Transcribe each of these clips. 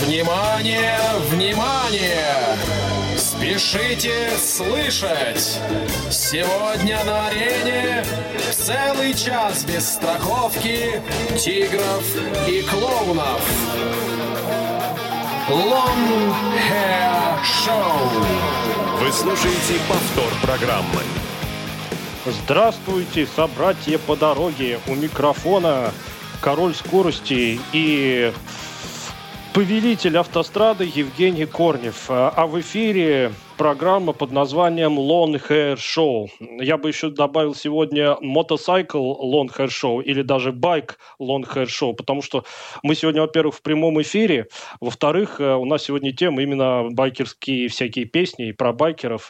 Внимание, внимание! Спешите слышать! Сегодня на арене целый час без страховки тигров и клоунов. Long Hair Show. Вы слушаете повтор программы. Здравствуйте, собратья по дороге. У микрофона король скорости и повелитель автострады Евгений Корнев. А в эфире программа под названием Long Hair Show. Я бы еще добавил сегодня Motorcycle Long Hair Show или даже Bike Long Hair Show, потому что мы сегодня, во-первых, в прямом эфире, во-вторых, у нас сегодня тема именно байкерские всякие песни про байкеров.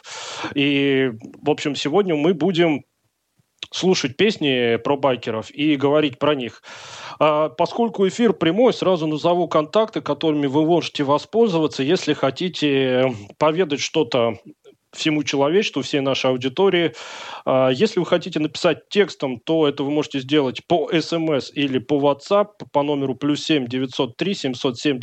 И, в общем, сегодня мы будем слушать песни про байкеров и говорить про них. Поскольку эфир прямой, сразу назову контакты, которыми вы можете воспользоваться, если хотите поведать что-то всему человечеству, всей нашей аудитории. Если вы хотите написать текстом, то это вы можете сделать по СМС или по WhatsApp по номеру +7 903 707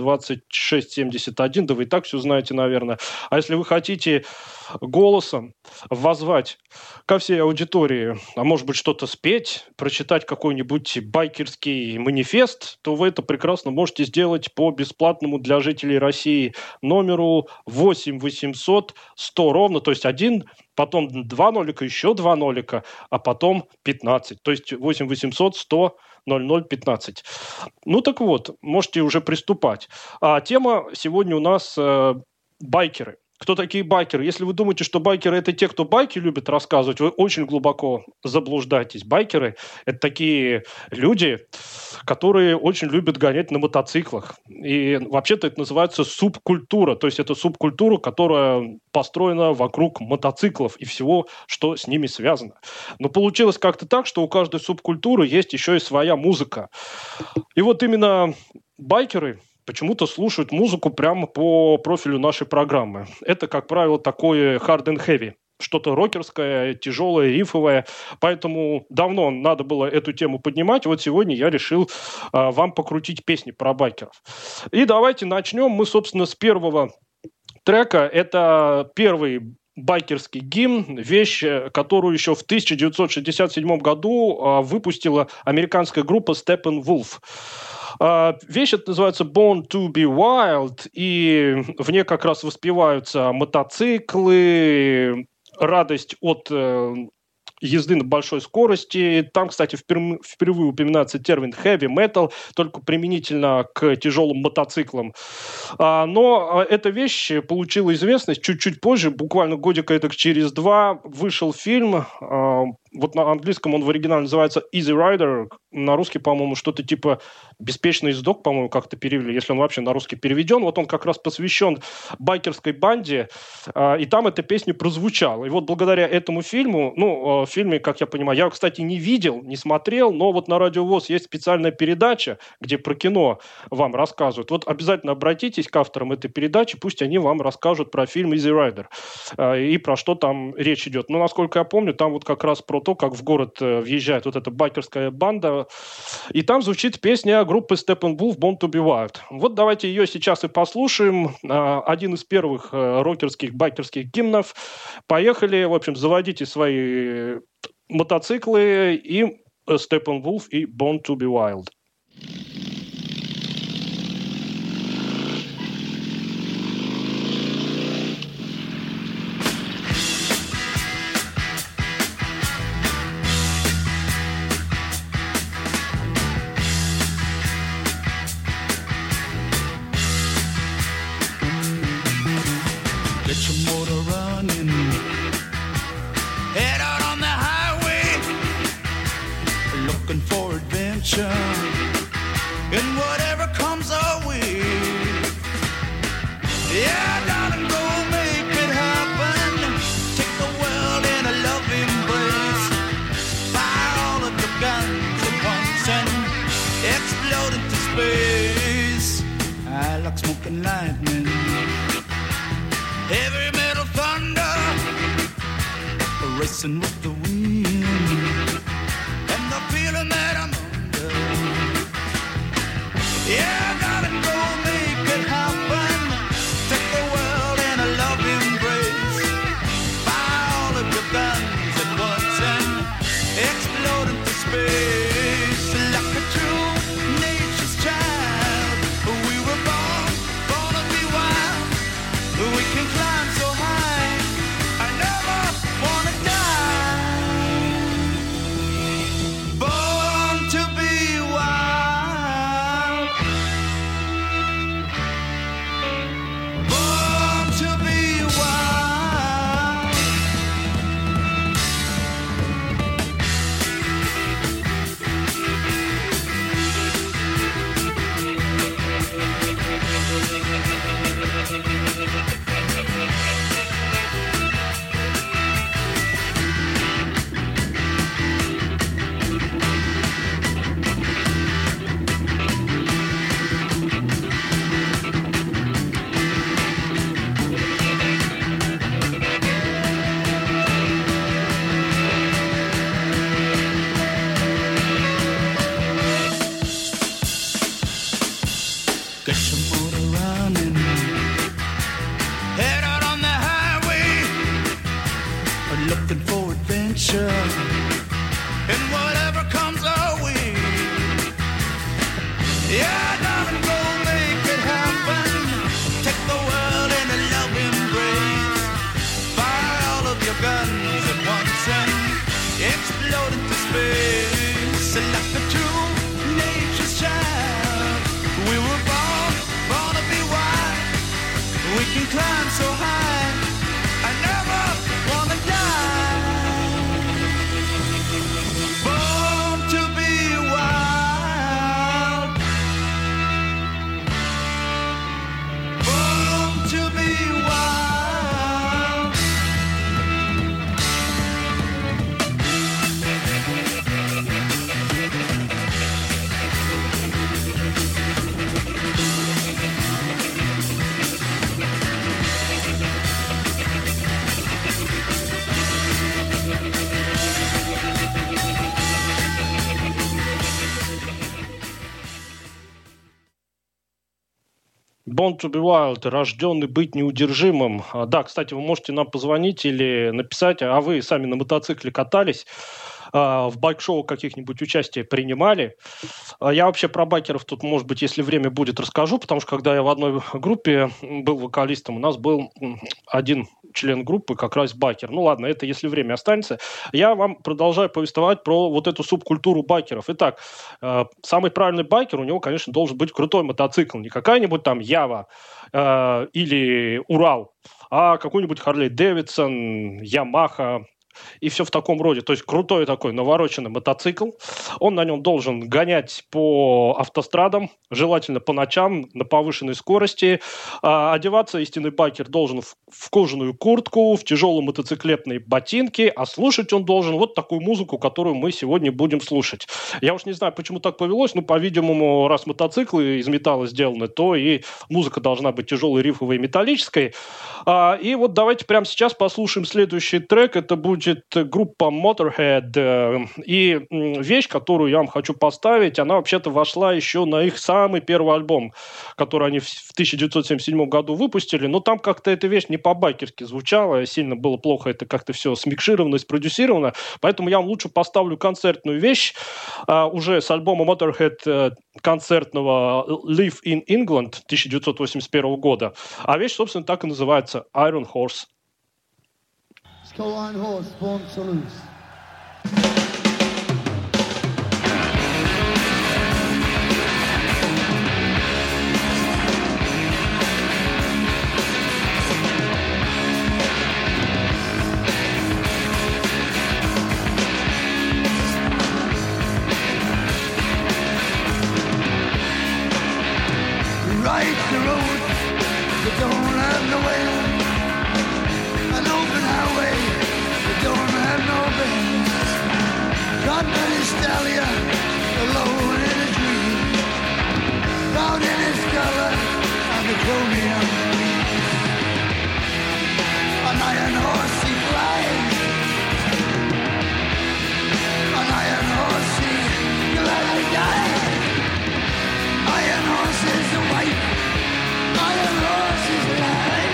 26 71. Да вы и так все знаете, наверное. А если вы хотите голосом воззвать ко всей аудитории, а может быть что-то спеть, прочитать какой-нибудь байкерский манифест, то вы это прекрасно можете сделать по бесплатному для жителей России номеру 8 800 100 ровно, то есть 1, потом 2 нолика, еще 2 нолика, а потом 15, то есть 8 800 100 00 15. Ну так вот, можете уже приступать. А тема сегодня у нас байкеры. Кто такие байкеры? Если вы думаете, что байкеры – это те, кто байки любит рассказывать, вы очень глубоко заблуждаетесь. Байкеры – это такие люди, которые очень любят гонять на мотоциклах. И вообще-то это называется субкультура. То есть это субкультура, которая построена вокруг мотоциклов и всего, что с ними связано. Но получилось как-то так, что у каждой субкультуры есть еще и своя музыка. И вот именно байкеры почему-то слушают музыку прямо по профилю нашей программы. Это, как правило, такое hard and heavy. Что-то рокерское, тяжелое, рифовое. Поэтому давно надо было эту тему поднимать. Вот сегодня я решил вам покрутить песни про байкеров. И давайте начнем. Мы, собственно, с первого трека. Это первый байкерский гимн, вещь, которую еще в 1967 году выпустила американская группа Steppenwolf. Вещь эта называется Born to be Wild, и в ней как раз воспеваются мотоциклы, радость от езды на большой скорости. Там, кстати, впервые упоминается термин heavy metal, только применительно к тяжелым мотоциклам. Но эта вещь получила известность чуть-чуть позже, буквально годика это через 2, вышел фильм. Вот на английском он в оригинале называется Easy Rider, на русский, по-моему, что-то типа «Беспечный ездок», по-моему, как-то перевели, если он вообще на русский переведен. Вот он как раз посвящен байкерской банде, и там эта песня прозвучала. И вот благодаря этому фильму, в фильме, как я понимаю, я его, кстати, не видел, не смотрел, но вот на Радио ВОС есть специальная передача, где про кино вам рассказывают. Вот обязательно обратитесь к авторам этой передачи, пусть они вам расскажут про фильм Easy Rider и про что там речь идет. Но, насколько я помню, там вот как раз про то, как в город въезжает вот эта байкерская банда. И там звучит песня группы Steppenwolf Born to be Wild. Вот давайте ее сейчас и послушаем. Один из первых рокерских, байкерских гимнов. Поехали. В общем, заводите свои мотоциклы и Steppenwolf и Born to be Wild. And whatever comes our way, yeah, darling, go make it happen. Take the world in a loving embrace. Fire all of your guns at once and explode into space. I like smoking lightning, heavy metal thunder, racing with the wind, and the feeling that I'm under. Yeah, darling, go make it happen. Get your motor running. Head out on the highway, looking for adventure, and whatever comes our way. Yeah, darling, go make it happen. Take the world in a loving embrace. Fire all of your guns at once and explode into space. Like a true nature's child, we were born to be wild. We can climb so high, I never wanna die. Born to be wild. Born to be wild. Born to be Wild, рожденный быть неудержимым. Да, кстати, вы можете нам позвонить или написать, а вы сами на мотоцикле катались, в байк-шоу каких-нибудь участие принимали. Я вообще про байкеров тут, может быть, если время будет, расскажу, потому что когда я в одной группе был вокалистом, у нас был один член группы как раз байкер. Ну ладно, это если время останется. Я вам продолжаю повествовать про вот эту субкультуру байкеров. Итак, самый правильный байкер, у него, конечно, должен быть крутой мотоцикл. Не какая-нибудь там Ява или Урал, а какой-нибудь Харли Дэвидсон, Ямаха, и все в таком роде. То есть крутой такой навороченный мотоцикл. Он на нем должен гонять по автострадам, желательно по ночам, на повышенной скорости. Одеваться истинный байкер должен в кожаную куртку, в тяжелые мотоциклетные ботинки, а слушать он должен вот такую музыку, которую мы сегодня будем слушать. Я уж не знаю, почему так повелось, но, по-видимому, раз мотоциклы из металла сделаны, то и музыка должна быть тяжелой, рифовой и металлической. И вот давайте прямо сейчас послушаем следующий трек. Это будет группа Motorhead. И вещь, которую я вам хочу поставить, она вообще-то вошла еще на их самый первый альбом, который они в 1977 году выпустили. Но там как-то эта вещь не по-байкерски звучала. Сильно было плохо это как-то все смикшировано, спродюсировано. Поэтому я вам лучше поставлю концертную вещь уже с альбома Motorhead концертного Live in England 1981 года. А вещь, собственно, так и называется Iron Horse. Skull Iron Horse, Born to Lose. Ride the road that don't have no end. An open highway that don't have no bends. God made his stallion alone in a dream. Proud in his color of the chromium. An iron horse he flies. An iron horse he gladly dies. Iron horse is the white. Iron horse is life.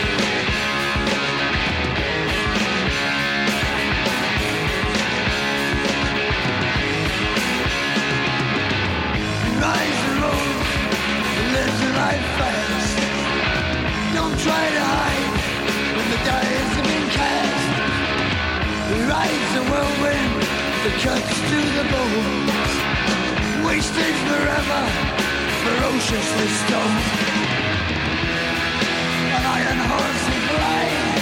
Rise the road, live your life fast. Don't try to hide when the dice have been cast. Rides the whirlwind that cuts to the bone. Wasted forever, ferociously stoned. An iron horse he flies.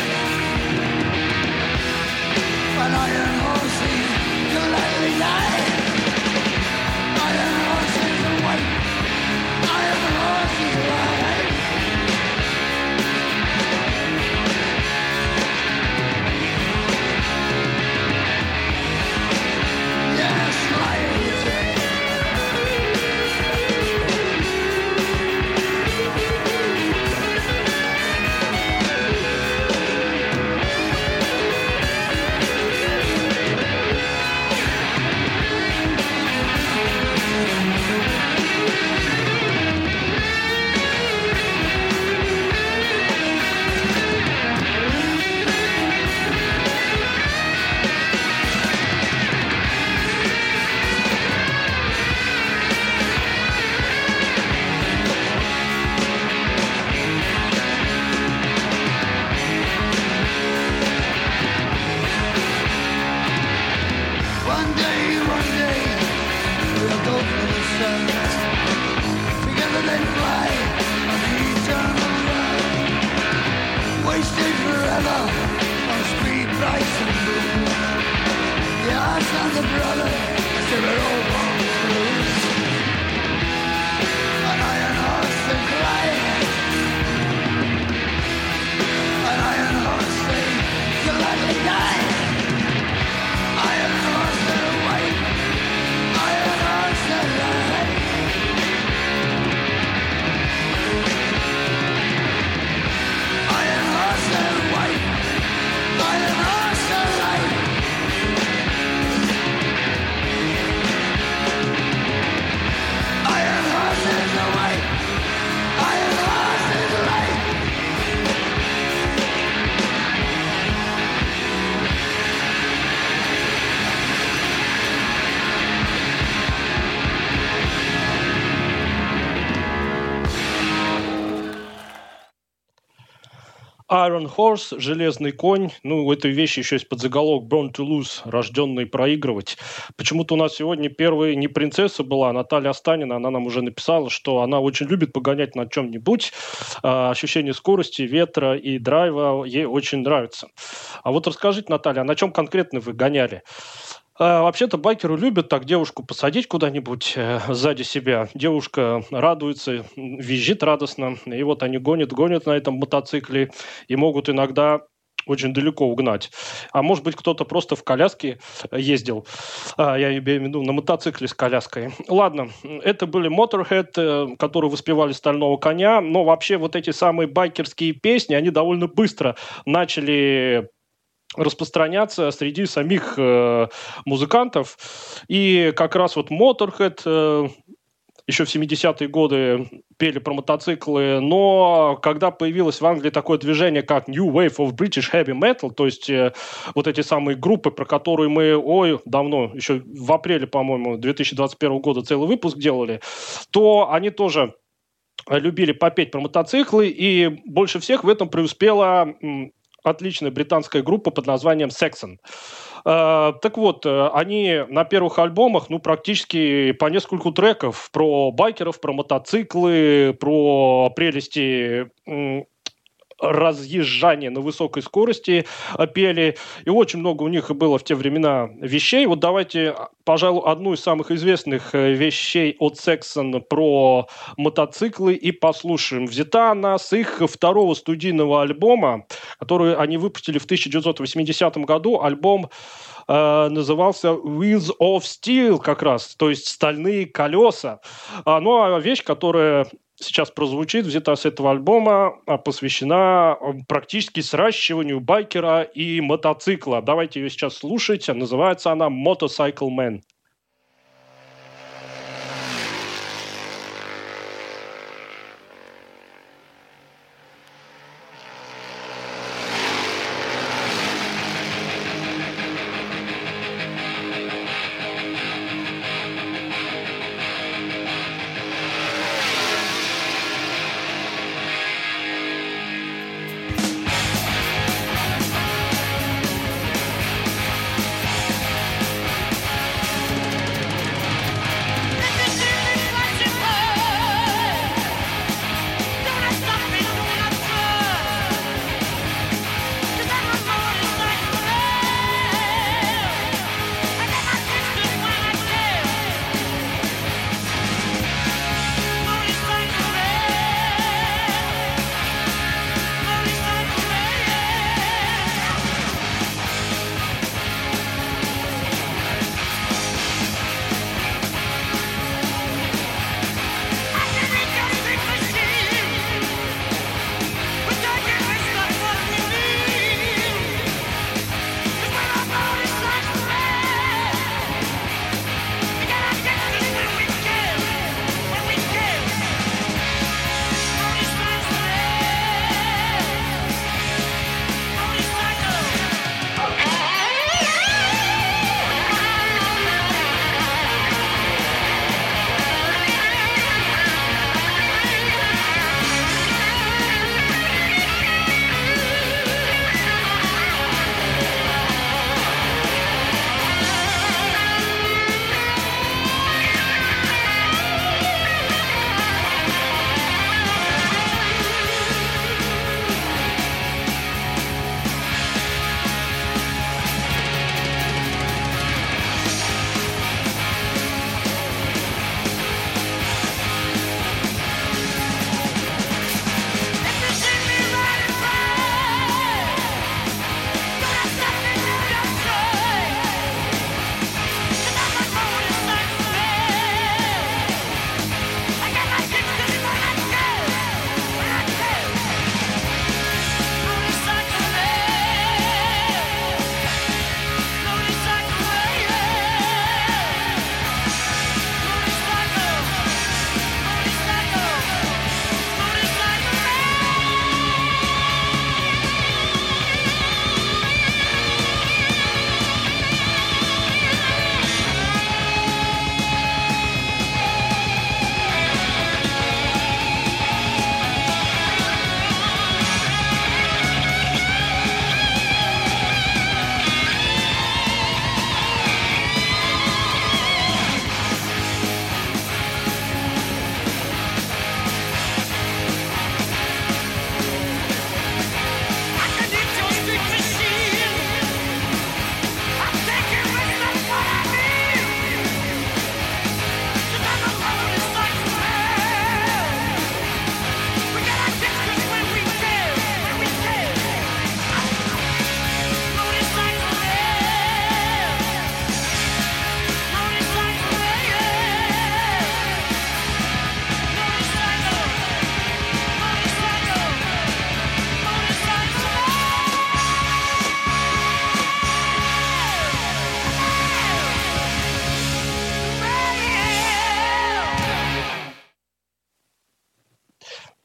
An iron horse he gladly dies. Iron horse is the white. Iron horse is life. Yes, life. Iron Horse, железный конь. Ну, у этой вещи еще есть подзаголовок Born to Lose, рожденный проигрывать. Почему-то у нас сегодня первая не принцесса была, а Наталья Останина. Она нам уже написала, что она очень любит погонять на чем-нибудь. Ощущение скорости, ветра и драйва ей очень нравится. А вот расскажите, Наталья, а на чем конкретно вы гоняли? Вообще-то байкеры любят так девушку посадить куда-нибудь сзади себя. Девушка радуется, визжит радостно. И вот они гонят на этом мотоцикле и могут иногда очень далеко угнать. А может быть, кто-то просто в коляске ездил. Я имею в виду на мотоцикле с коляской. Ладно, это были Motorhead, которые воспевали «Стального коня». Но вообще вот эти самые байкерские песни, они довольно быстро начали распространяться среди самих музыкантов. И как раз вот Motorhead еще в 70-е годы пели про мотоциклы, но когда появилось в Англии такое движение, как New Wave of British Heavy Metal, то есть вот эти самые группы, про которые мы, давно, еще в апреле, по-моему, 2021 года целый выпуск делали, то они тоже любили попеть про мотоциклы, и больше всех в этом преуспела отличная британская группа под названием Saxon. Так вот, они на первых альбомах, практически по нескольку треков про байкеров, про мотоциклы, про прелести разъезжания на высокой скорости пели. И очень много у них было в те времена вещей. Вот давайте, пожалуй, одну из самых известных вещей от Saxon про мотоциклы и послушаем. Взята она с их второго студийного альбома, который они выпустили в 1980 году. Альбом назывался Wheels of Steel как раз, то есть «Стальные колеса». А вещь, которая сейчас прозвучит, взята с этого альбома, посвящена практически сращиванию байкера и мотоцикла. Давайте ее сейчас слушать. Называется она «Motorcycle Man».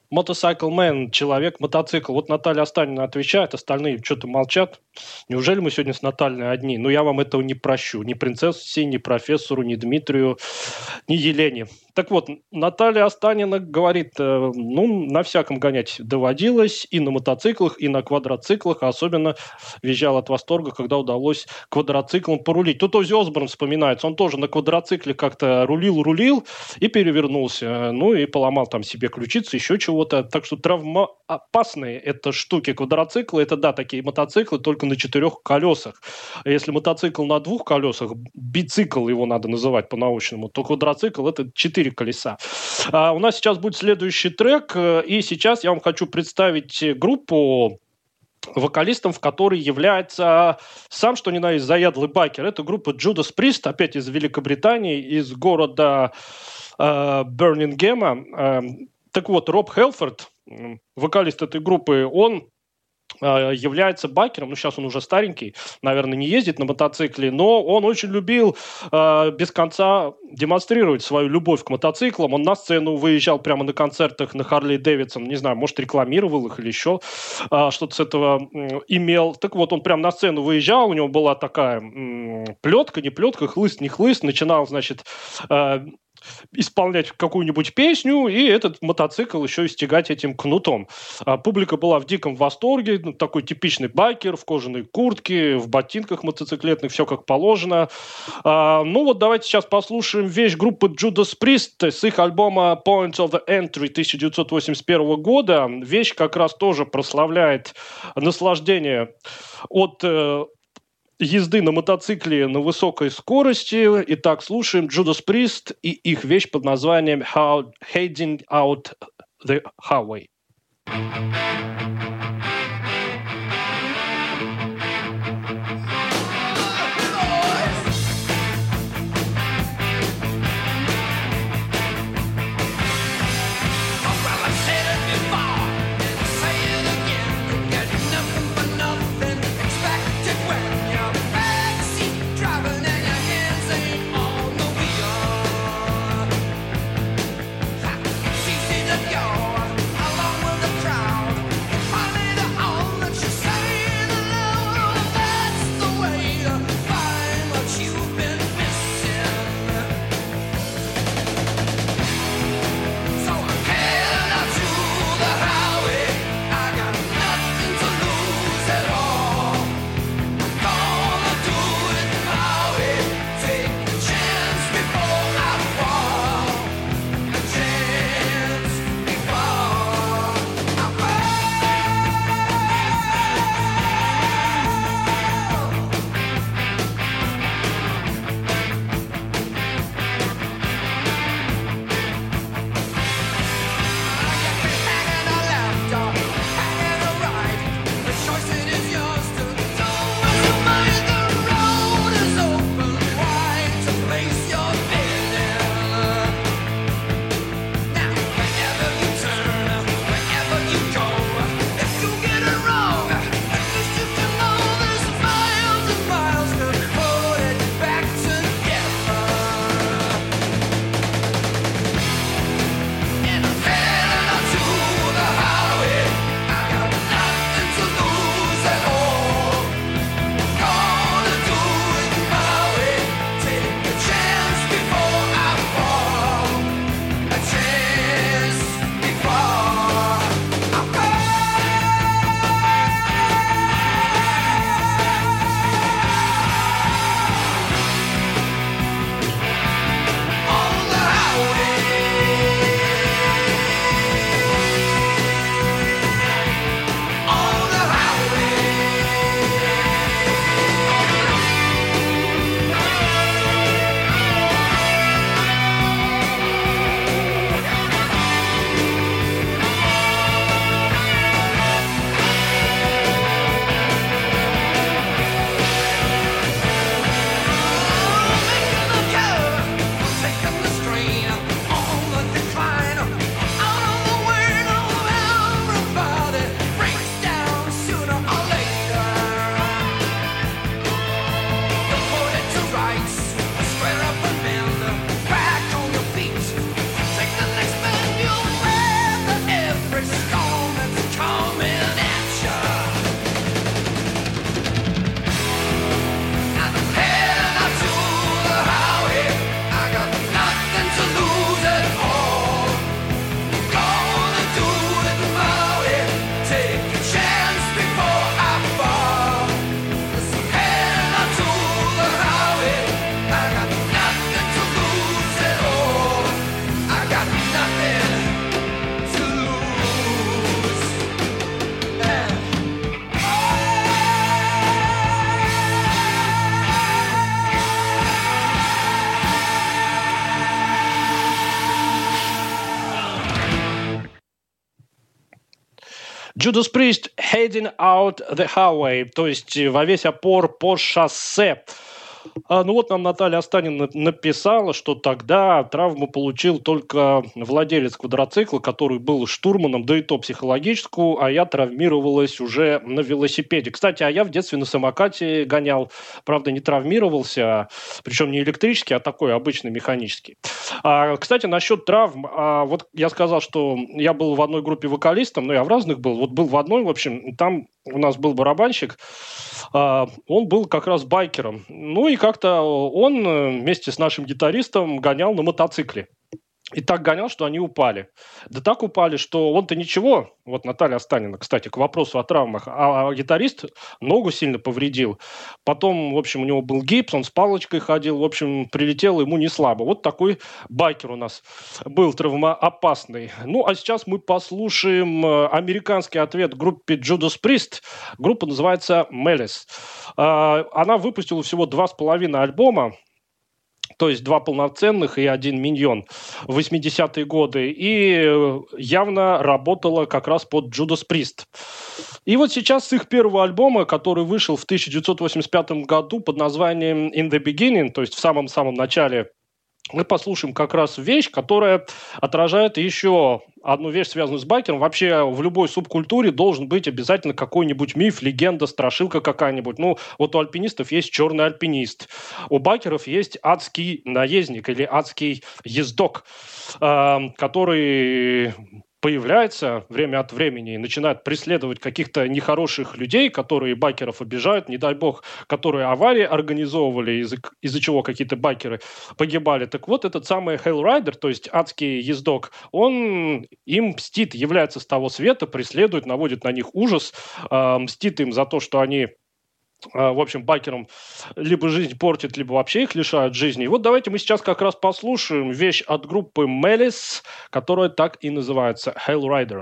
Motorcycle Man, человек-мотоцикл. Вот Наталья Останина отвечает, остальные что-то молчат. Неужели мы сегодня с Натальей одни? Но я вам этого не прощу. Ни принцессе, ни профессору, ни Дмитрию, ни Елене. Так вот, Наталья Останина говорит, на всяком гонять доводилось, и на мотоциклах, и на квадроциклах, а особенно визжал от восторга, когда удалось квадроциклом порулить. Тут Оззи Осборн вспоминается, он тоже на квадроцикле как-то рулил и перевернулся, и поломал там себе ключицу, еще чего-то. Так что травмоопасные это штуки. Квадроциклы, это, да, такие мотоциклы, только на 4 колесах. Если мотоцикл на 2 колесах, бицикл его надо называть по-научному, то квадроцикл это 4 колеса. У нас сейчас будет следующий трек, и сейчас я вам хочу представить группу, вокалистом в которой является сам, что ни на есть, заядлый байкер. Это группа Judas Priest, опять из Великобритании, из города Бирмингема. Так вот, Роб Хелфорд, вокалист этой группы, он является байкером, сейчас он уже старенький, наверное, не ездит на мотоцикле, но он очень любил без конца демонстрировать свою любовь к мотоциклам. Он на сцену выезжал прямо на концертах на Харли Дэвидсон, не знаю, может, рекламировал их или еще что-то с этого имел. Так вот, он прямо на сцену выезжал, у него была такая плетка, не плетка, хлыст, не хлыст, начинал, значит, исполнять какую-нибудь песню, и этот мотоцикл еще и стягать этим кнутом. Публика была в диком восторге, такой типичный байкер в кожаной куртке, в ботинках мотоциклетных, все как положено. Давайте сейчас послушаем вещь группы Judas Priest с их альбома Point of the Entry 1981 года. Вещь как раз тоже прославляет наслаждение от езды на мотоцикле на высокой скорости. Итак, слушаем Judas Priest и их вещь под названием Heading Out the Highway. Along with the crowd, Judas Priest heading out the highway, то есть во весь опор по шоссе. Ну вот нам Наталья Останина написала, что тогда травму получил только владелец квадроцикла, который был штурманом, да и то психологическую, а я травмировалась уже на велосипеде. Кстати, а я в детстве на самокате гонял, правда, не травмировался, причем не электрический, а такой обычный механический. Кстати, насчет травм, вот я сказал, что я был в одной группе вокалистом, но я в разных был. Вот был в одной, в общем, там у нас был барабанщик, он был как раз байкером. Ну и как-то он вместе с нашим гитаристом гонял на мотоцикле. И так гонял, что они упали. Да так упали, что он-то ничего. Вот Наталья Останина, кстати, к вопросу о травмах. А гитарист ногу сильно повредил. Потом, в общем, у него был гипс, он с палочкой ходил. В общем, прилетело ему не слабо. Вот такой байкер у нас был травмоопасный. Ну, а сейчас мы послушаем американский ответ группе Judas Priest. Группа называется Malice. Она выпустила всего 2,5 альбома. То есть 2 полноценных и 1 миньон в 80-е годы. И явно работала как раз под Judas Priest. И вот сейчас с их первого альбома, который вышел в 1985 году под названием In the Beginning, то есть в самом-самом начале, мы послушаем как раз вещь, которая отражает еще одну вещь, связанную с байкером. Вообще в любой субкультуре должен быть обязательно какой-нибудь миф, легенда, страшилка какая-нибудь. Ну, вот у альпинистов есть черный альпинист. У байкеров есть адский наездник или адский ездок, который появляется время от времени и начинает преследовать каких-то нехороших людей, которые байкеров обижают, не дай бог, которые аварии организовывали, из-за чего какие-то байкеры погибали. Так вот, этот самый Hell Rider, то есть адский ездок, он им мстит, является с того света, преследует, наводит на них ужас, мстит им за то, что они, в общем, байкерам либо жизнь портят, либо вообще их лишают жизни. И вот давайте мы сейчас как раз послушаем вещь от группы Malice, которая так и называется Hell Rider.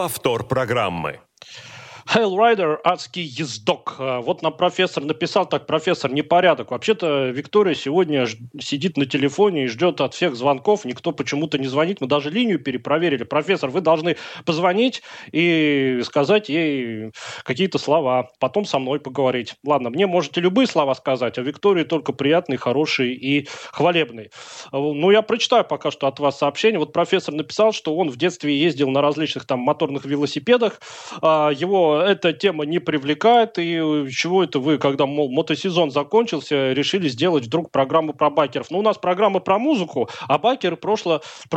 повтор программы. Hail Rider, адский ездок. Вот нам профессор написал, так, профессор, непорядок. Вообще-то Виктория сегодня сидит на телефоне и ждет от всех звонков. Никто почему-то не звонит. Мы даже линию перепроверили. Профессор, вы должны позвонить и сказать ей какие-то слова. Потом со мной поговорить. Ладно, мне можете любые слова сказать, а Виктории только приятные, хорошие и хвалебные. Ну, я прочитаю пока что от вас сообщение. Вот профессор написал, что он в детстве ездил на различных там моторных велосипедах. Его эта тема не привлекает, и чего это вы, когда, мол, мотосезон закончился, решили сделать вдруг программу про байкеров? Ну, у нас программа про музыку, а байкеры просто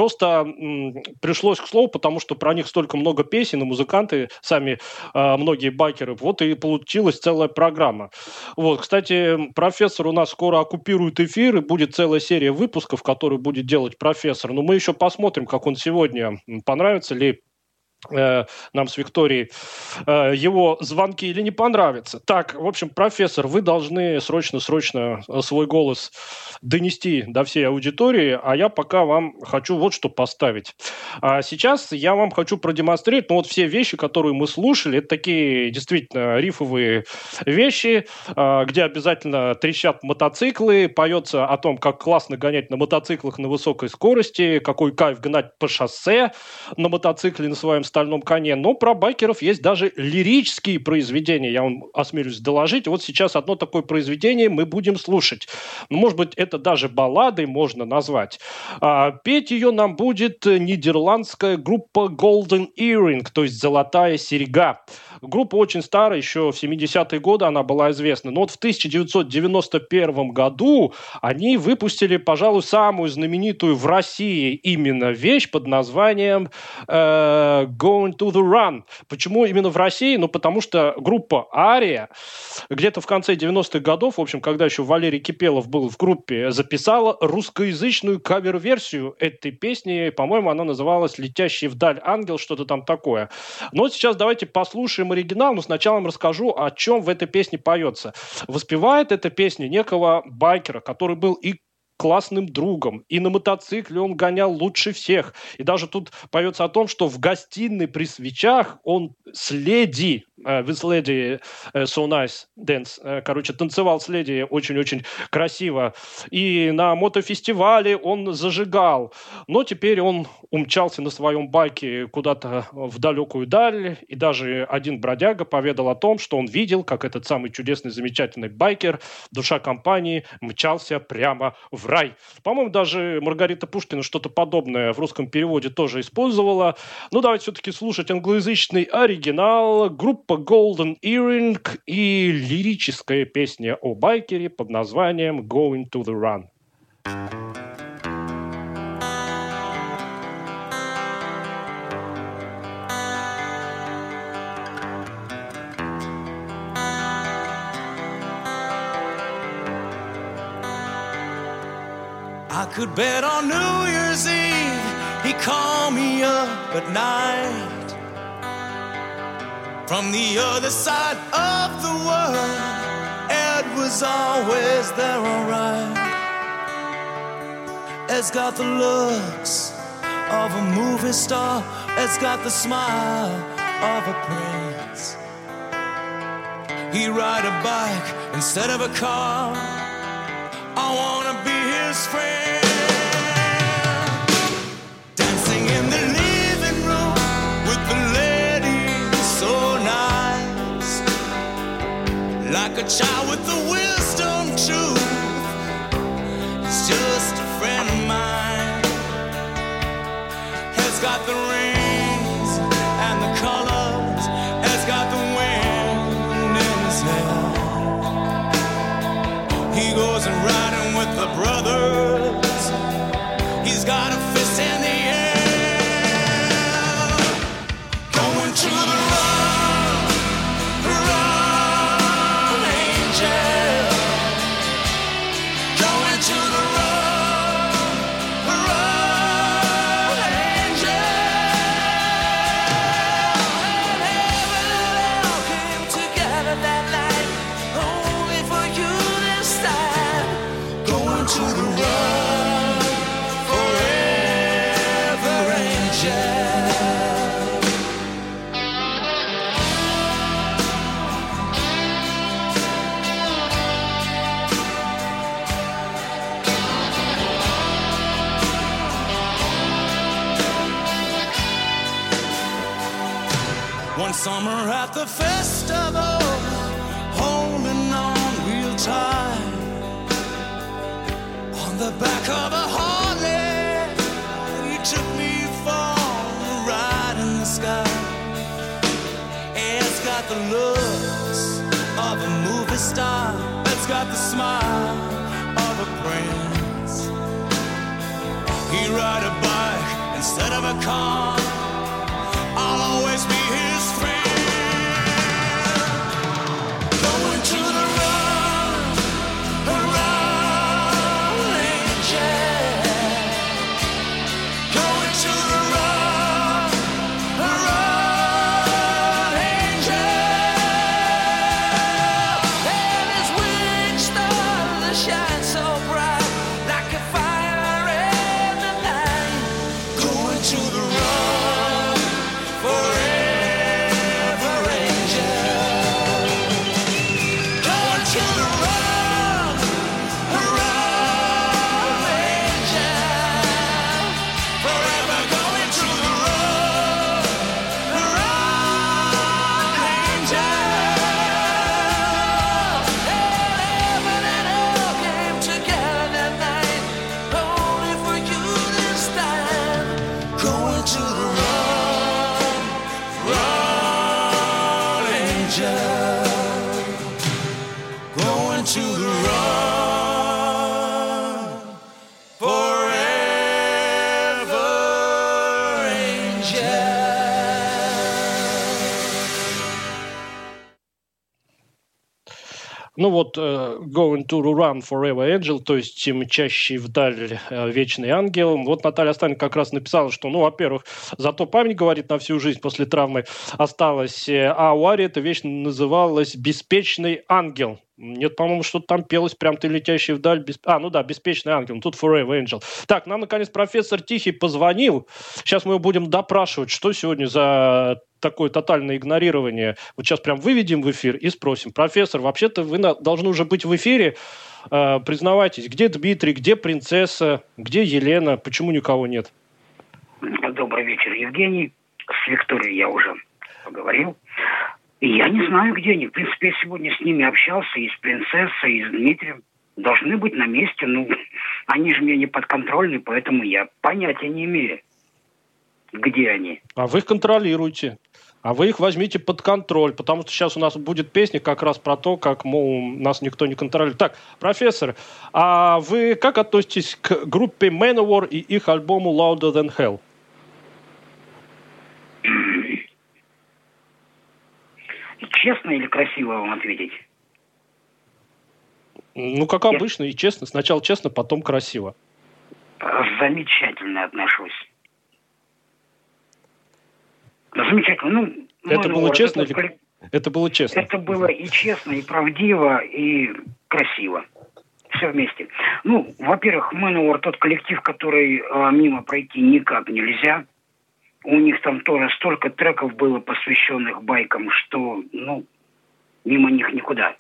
пришлось к слову, потому что про них столько много песен, и музыканты сами, многие байкеры, вот и получилась целая программа. Вот, кстати, профессор у нас скоро оккупирует эфир, и будет целая серия выпусков, которую будет делать профессор. Но мы еще посмотрим, как он сегодня, понравится ли нам с Викторией его звонки или не понравятся. Так, в общем, профессор, вы должны срочно свой голос донести до всей аудитории, а я пока вам хочу вот что поставить. Сейчас я вам хочу продемонстрировать, вот все вещи, которые мы слушали, это такие действительно рифовые вещи, где обязательно трещат мотоциклы, поется о том, как классно гонять на мотоциклах на высокой скорости, какой кайф гнать по шоссе на мотоцикле на своем стальном коне. Но про байкеров есть даже лирические произведения, я вам осмелюсь доложить. Вот сейчас одно такое произведение мы будем слушать. Может быть, это даже балладой можно назвать. Петь ее нам будет нидерландская группа Golden Earring, то есть «Золотая серьга». Группа очень старая, еще в 70-е годы она была известна. Но вот в 1991 году они выпустили, пожалуй, самую знаменитую в России именно вещь под названием Going to the Run. Почему именно в России? Ну, потому что группа «Ария» где-то в конце 90-х годов, в общем, когда еще Валерий Кипелов был в группе, записала русскоязычную кавер-версию этой песни. По-моему, она называлась «Летящий вдаль ангел», что-то там такое. Но вот сейчас давайте послушаем оригинал, но сначала вам расскажу, о чем в этой песне поется. Воспевает эта песня некого байкера, который был и классным другом, и на мотоцикле он гонял лучше всех. И даже тут поется о том, что в гостиной при свечах он с леди, with lady so nice dance, короче, танцевал с леди очень-очень красиво. И на мотофестивале он зажигал. Но теперь он умчался на своем байке куда-то в далекую даль, и даже один бродяга поведал о том, что он видел, как этот самый чудесный, замечательный байкер, душа компании, мчался прямо в рай. По-моему, даже Маргарита Пушкина что-то подобное в русском переводе тоже использовала. Ну, давайте все-таки слушать англоязычный оригинал. Группа Golden Earring и лирическая песня о байкере под названием Going to the Run. I could bet on New Year's Eve he'd call me up at night from the other side of the world. Ed was always there, alright. Ed's got the looks of a movie star. Ed's got the smile of a prince. He'd ride a bike instead of a car. I wanna be his friend. Dancing in the living room with the ladies so nice, like a child with the wisdom truth. He's just a friend of mine. He's got the rings and the colors. He's got the wind in his hair. He goes and riding with the brothers. He's got a fist in the air. Going to the run, run, angel. Going to the run, run, angel. And heaven and hell came together that night, only for you this time. Going to the run, forever, angel. at the festival, holding on real tight. On the back of a Harley, you took me for a ride in the sky. It's got the looks of a movie star. It's got the smile of a prince. He ride a bike instead of a car. I'll always be his friend. Going to the run, angel. Going to the run, angel. And his wings start to shine so bright, like a fire in the night. Going to the run, forever angel. Going to the run, angel. Forever going to the run, angel. Heaven and hell came together that night, only for you this time. Going to the run, angel. Going to the run, forever angel. Ну вот, Going to Run Forever Angel, то есть мчащий вдаль вечный ангел. Вот Наталья Останина как раз написала, что, ну, во-первых, зато память, говорит, на всю жизнь после травмы осталась, а у Арии эта вещь называлась «Беспечный ангел». Нет, по-моему, что-то там пелось, прям ты летящий вдаль. Ну да, «Беспечный ангел». Тут Forever Angel. Так, нам, наконец, профессор Тихий позвонил. Сейчас мы его будем допрашивать, что сегодня за такое тотальное игнорирование. Вот сейчас прям выведем в эфир и спросим. Профессор, вообще-то вы должны уже быть в эфире. Признавайтесь, где Дмитрий, где принцесса, где Елена? Почему никого нет? Добрый вечер, Евгений. С Викторией я уже поговорил. И я не знаю, где они. В принципе, я сегодня с ними общался, и с принцессой, и с Дмитрием. Должны быть на месте. Ну, они же мне не подконтрольны, поэтому я понятия не имею, где они. А вы их контролируете. А вы их возьмите под контроль, потому что сейчас у нас будет песня как раз про то, как, мол, нас никто не контролирует. Так, профессор, а вы как относитесь к группе Manowar и их альбому Louder Than Hell? Честно или красиво вам ответить? Ну, как обычно, и честно. Сначала честно, потом красиво. Замечательно отношусь. Замечательно. Ну, это было честно или... Это было честно? Это было и честно, и правдиво, и красиво. Все вместе. Ну, во-первых, Manowar тот коллектив, который мимо пройти никак нельзя. У них там тоже столько треков было, посвященных байкам, что, ну, мимо них никуда.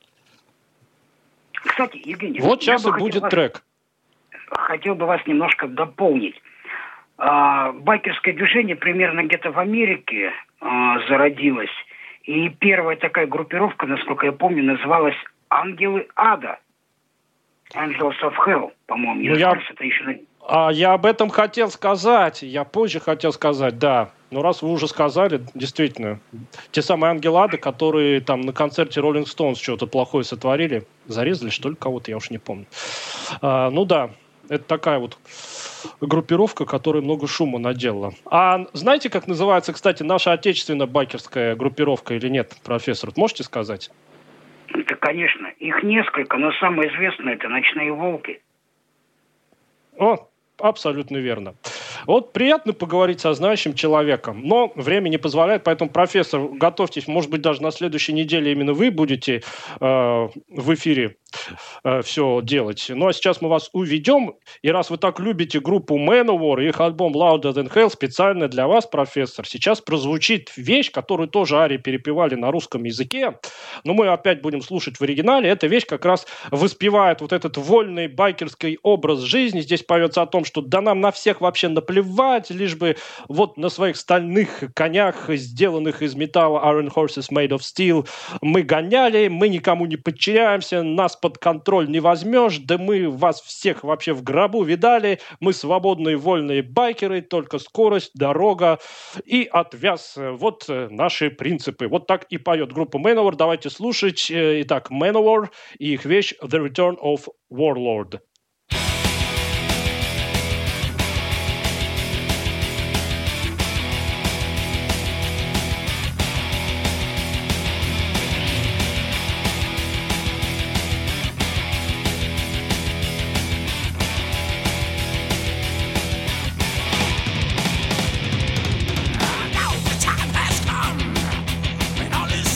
Кстати, Евгений... Вот сейчас и будет трек. Хотел бы вас немножко дополнить. Байкерское движение примерно где-то в Америке зародилось. И первая такая группировка, насколько я помню, называлась «Ангелы Ада». Angels of Hell, по-моему. Это еще... я об этом хотел сказать. Я позже хотел сказать, да. Но раз вы уже сказали, действительно, те самые ангелы ада, которые там на концерте Rolling Stones что-то плохое сотворили, зарезали, что ли, кого-то, я уж не помню. Ну да, это такая вот группировка, которая много шума наделала. А знаете, как называется, кстати, наша отечественная байкерская группировка или нет, профессор? Вот можете сказать? Да, конечно. Их несколько, но самое известное – это «Ночные волки». О, абсолютно верно. Вот приятно поговорить со знающим человеком, но время не позволяет, поэтому, профессор, готовьтесь, может быть, даже на следующей неделе именно вы будете в эфире все делать. Ну, а сейчас мы вас уведем, и раз вы так любите группу Manowar и их альбом Louder Than Hell, специально для вас, профессор, сейчас прозвучит вещь, которую тоже Ари перепевали на русском языке, но мы опять будем слушать в оригинале. Эта вещь как раз воспевает вот этот вольный байкерский образ жизни. Здесь поется о том, что да нам на всех вообще наплевать, лишь бы вот на своих стальных конях, сделанных из металла, Iron Horses Made of Steel, мы гоняли, мы никому не подчиняемся, нас под контроль не возьмешь, да мы вас всех вообще в гробу видали, мы свободные вольные байкеры, только скорость, дорога и отвяз. Вот наши принципы. Вот так и поет группа Manowar. Давайте слушать. Итак, Manowar и их вещь The Return of Warlord.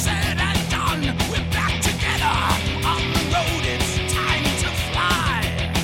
We're back together on the road. It's time to fly.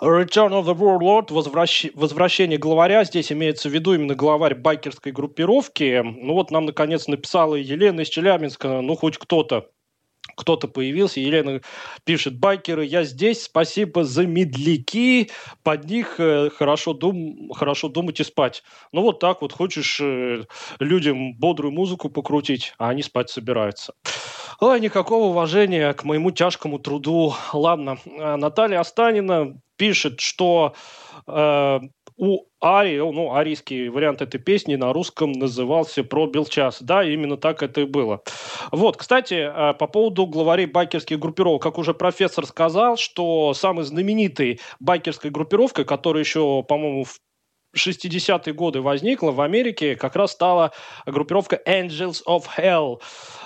Return of the Warlord, возвращение главаря. Здесь имеется в виду именно главарь байкерской группировки. Ну вот нам, наконец, написала Елена из Челябинска. Ну, хоть кто-то появился. Елена пишет: байкеры, я здесь, спасибо за медляки, под них хорошо думать и спать. Ну вот так вот, хочешь людям бодрую музыку покрутить, а они спать собираются. Ой, никакого уважения к моему тяжкому труду. Ладно, Наталья Останина пишет, что у Арии, арийский вариант этой песни на русском назывался «Про Белчас». Да, именно так это и было. Вот, кстати, по поводу главарей байкерских группировок. Как уже профессор сказал, что самой знаменитой байкерской группировкой, которая еще, по-моему, в 60-е годы возникла в Америке, как раз стала группировка Angels of Hell.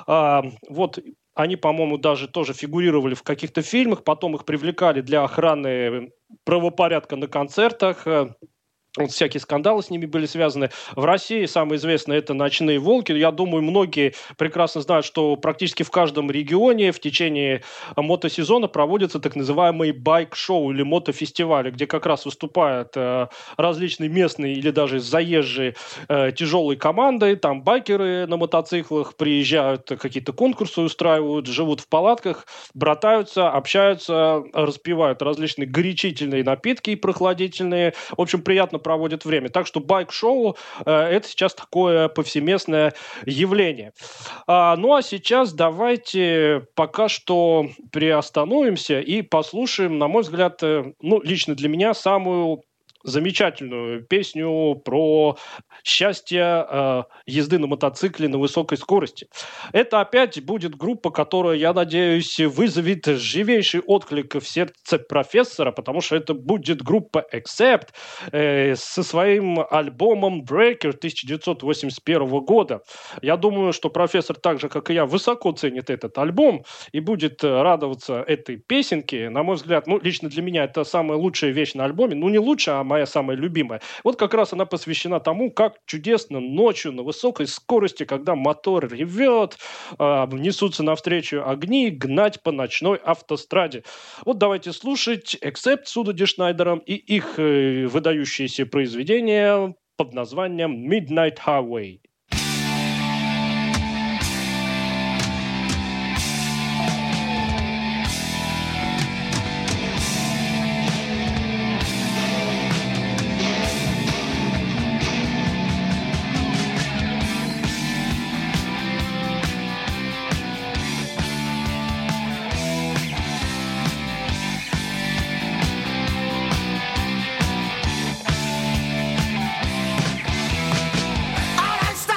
Вот они, по-моему, даже тоже фигурировали в каких-то фильмах, потом их привлекали для охраны правопорядка на концертах. Вот всякие скандалы с ними были связаны. В России самое известное – это «Ночные волки». Я думаю, многие прекрасно знают, что практически в каждом регионе в течение мотосезона проводятся так называемые байк-шоу или мотофестивали, где как раз выступают различные местные или даже заезжие тяжелые команды. Там байкеры на мотоциклах приезжают, какие-то конкурсы устраивают, живут в палатках, братаются, общаются, распивают различные горячительные напитки и прохладительные. В общем, приятно проводят время. Так что байк-шоу это сейчас такое повсеместное явление. Ну а сейчас давайте пока что приостановимся и послушаем, на мой взгляд, лично для меня самую замечательную песню про счастье езды на мотоцикле на высокой скорости. Это опять будет группа, которая, я надеюсь, вызовет живейший отклик в сердце профессора, потому что это будет группа Accept со своим альбомом Breaker 1981 года. Я думаю, что профессор, так же, как и я, высоко ценит этот альбом и будет радоваться этой песенке. На мой взгляд, лично для меня это самая лучшая вещь на альбоме. Не лучшая, а моя самая любимая. Вот как раз она посвящена тому, как чудесно ночью на высокой скорости, когда мотор ревет, несутся навстречу огни, гнать по ночной автостраде. Вот давайте слушать Accept с Удо Ди Шнайдером и их выдающиеся произведения под названием Midnight Highway. All I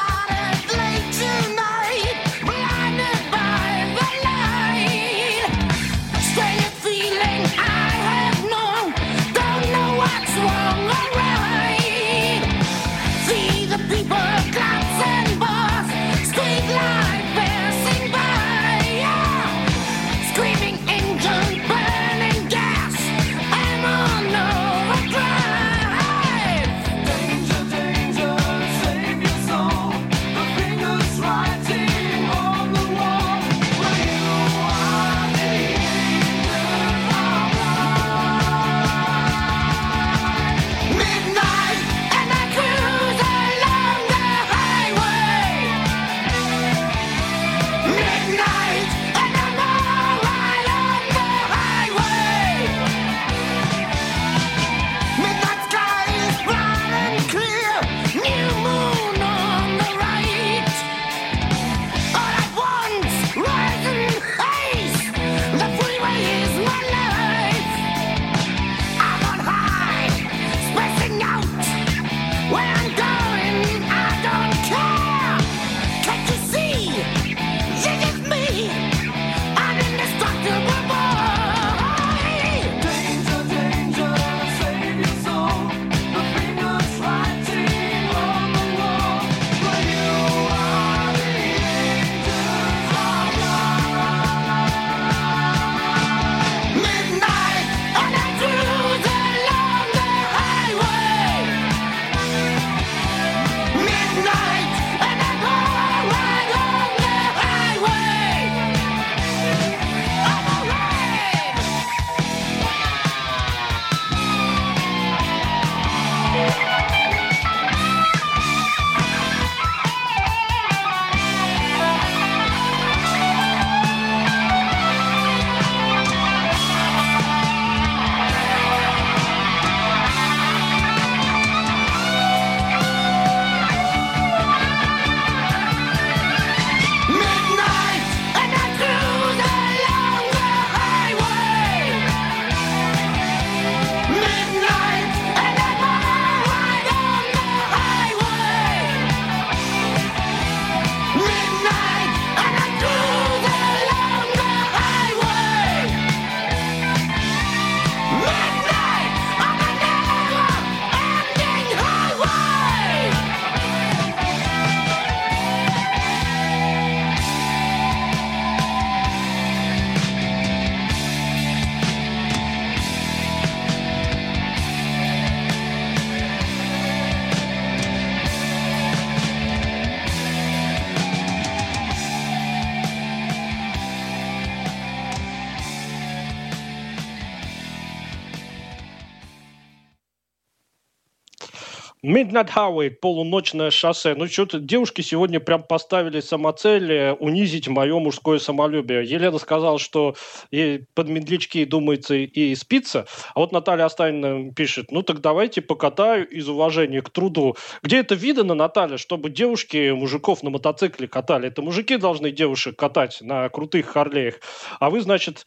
Midnight Highway, полуночное шоссе. Ну, что-то девушки сегодня прям поставили самоцель унизить мое мужское самолюбие. Елена сказала, что ей под медлячки, думается, и спится. А вот Наталья Останина пишет, ну, так давайте покатаю из уважения к труду. Где это видано, Наталья, чтобы девушки мужиков на мотоцикле катали? Это мужики должны девушек катать на крутых Харлеях. А вы, значит...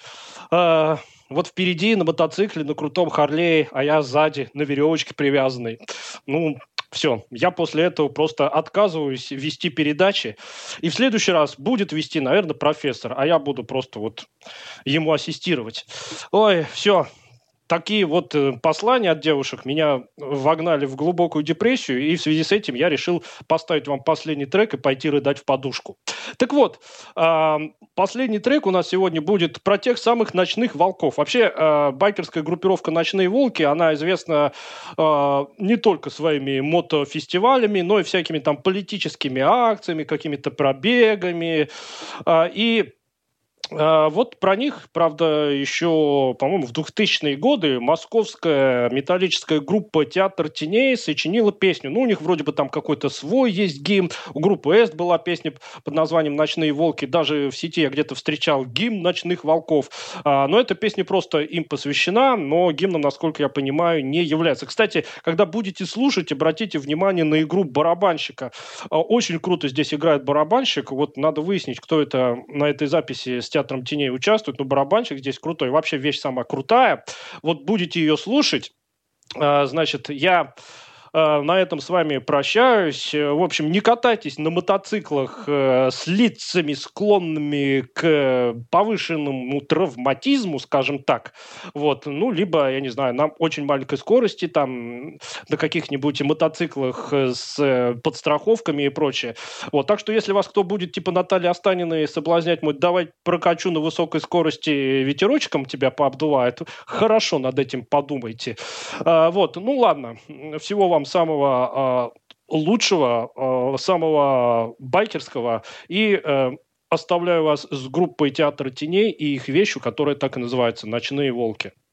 Вот впереди на мотоцикле, на крутом Харлее, а я сзади на веревочке привязанный. Ну, все, я после этого просто отказываюсь вести передачи. И в следующий раз будет вести, наверное, профессор, а я буду просто вот ему ассистировать. Ой, все. Такие вот послания от девушек меня вогнали в глубокую депрессию, и в связи с этим я решил поставить вам последний трек и пойти рыдать в подушку. Так вот, последний трек у нас сегодня будет про тех самых ночных волков. Вообще, байкерская группировка «Ночные волки», она известна не только своими мотофестивалями, но и всякими там политическими акциями, какими-то пробегами. И вот про них, правда, еще, по-моему, в 2000-е годы московская металлическая группа «Театр теней» сочинила песню. Ну, у них вроде бы там какой-то свой есть гимн. У группы «Эст» была песня под названием «Ночные волки». Даже в сети я где-то встречал гимн «Ночных волков». Но эта песня просто им посвящена, но гимном, насколько я понимаю, не является. Кстати, когда будете слушать, обратите внимание на игру барабанщика. Очень круто здесь играет барабанщик. Вот надо выяснить, кто это на этой записи с «Театром теней» участвует, но барабанщик здесь крутой. Вообще вещь самая крутая. Вот будете ее слушать, значит, я на этом с вами прощаюсь. В общем, не катайтесь на мотоциклах с лицами, склонными к повышенному травматизму, скажем так. Вот. Ну, либо, я не знаю, на очень маленькой скорости, там, на каких-нибудь мотоциклах с подстраховками и прочее. Вот. Так что, если вас кто будет, типа Натальи Останиной, соблазнять, мой, давай прокачу на высокой скорости, ветерочком тебя пообдувает, хорошо над этим подумайте. Вот. Ну, ладно. Всего вам самого лучшего, самого байкерского. И оставляю вас с группой «Театр теней» и их вещью, которая так и называется «Ночные волки».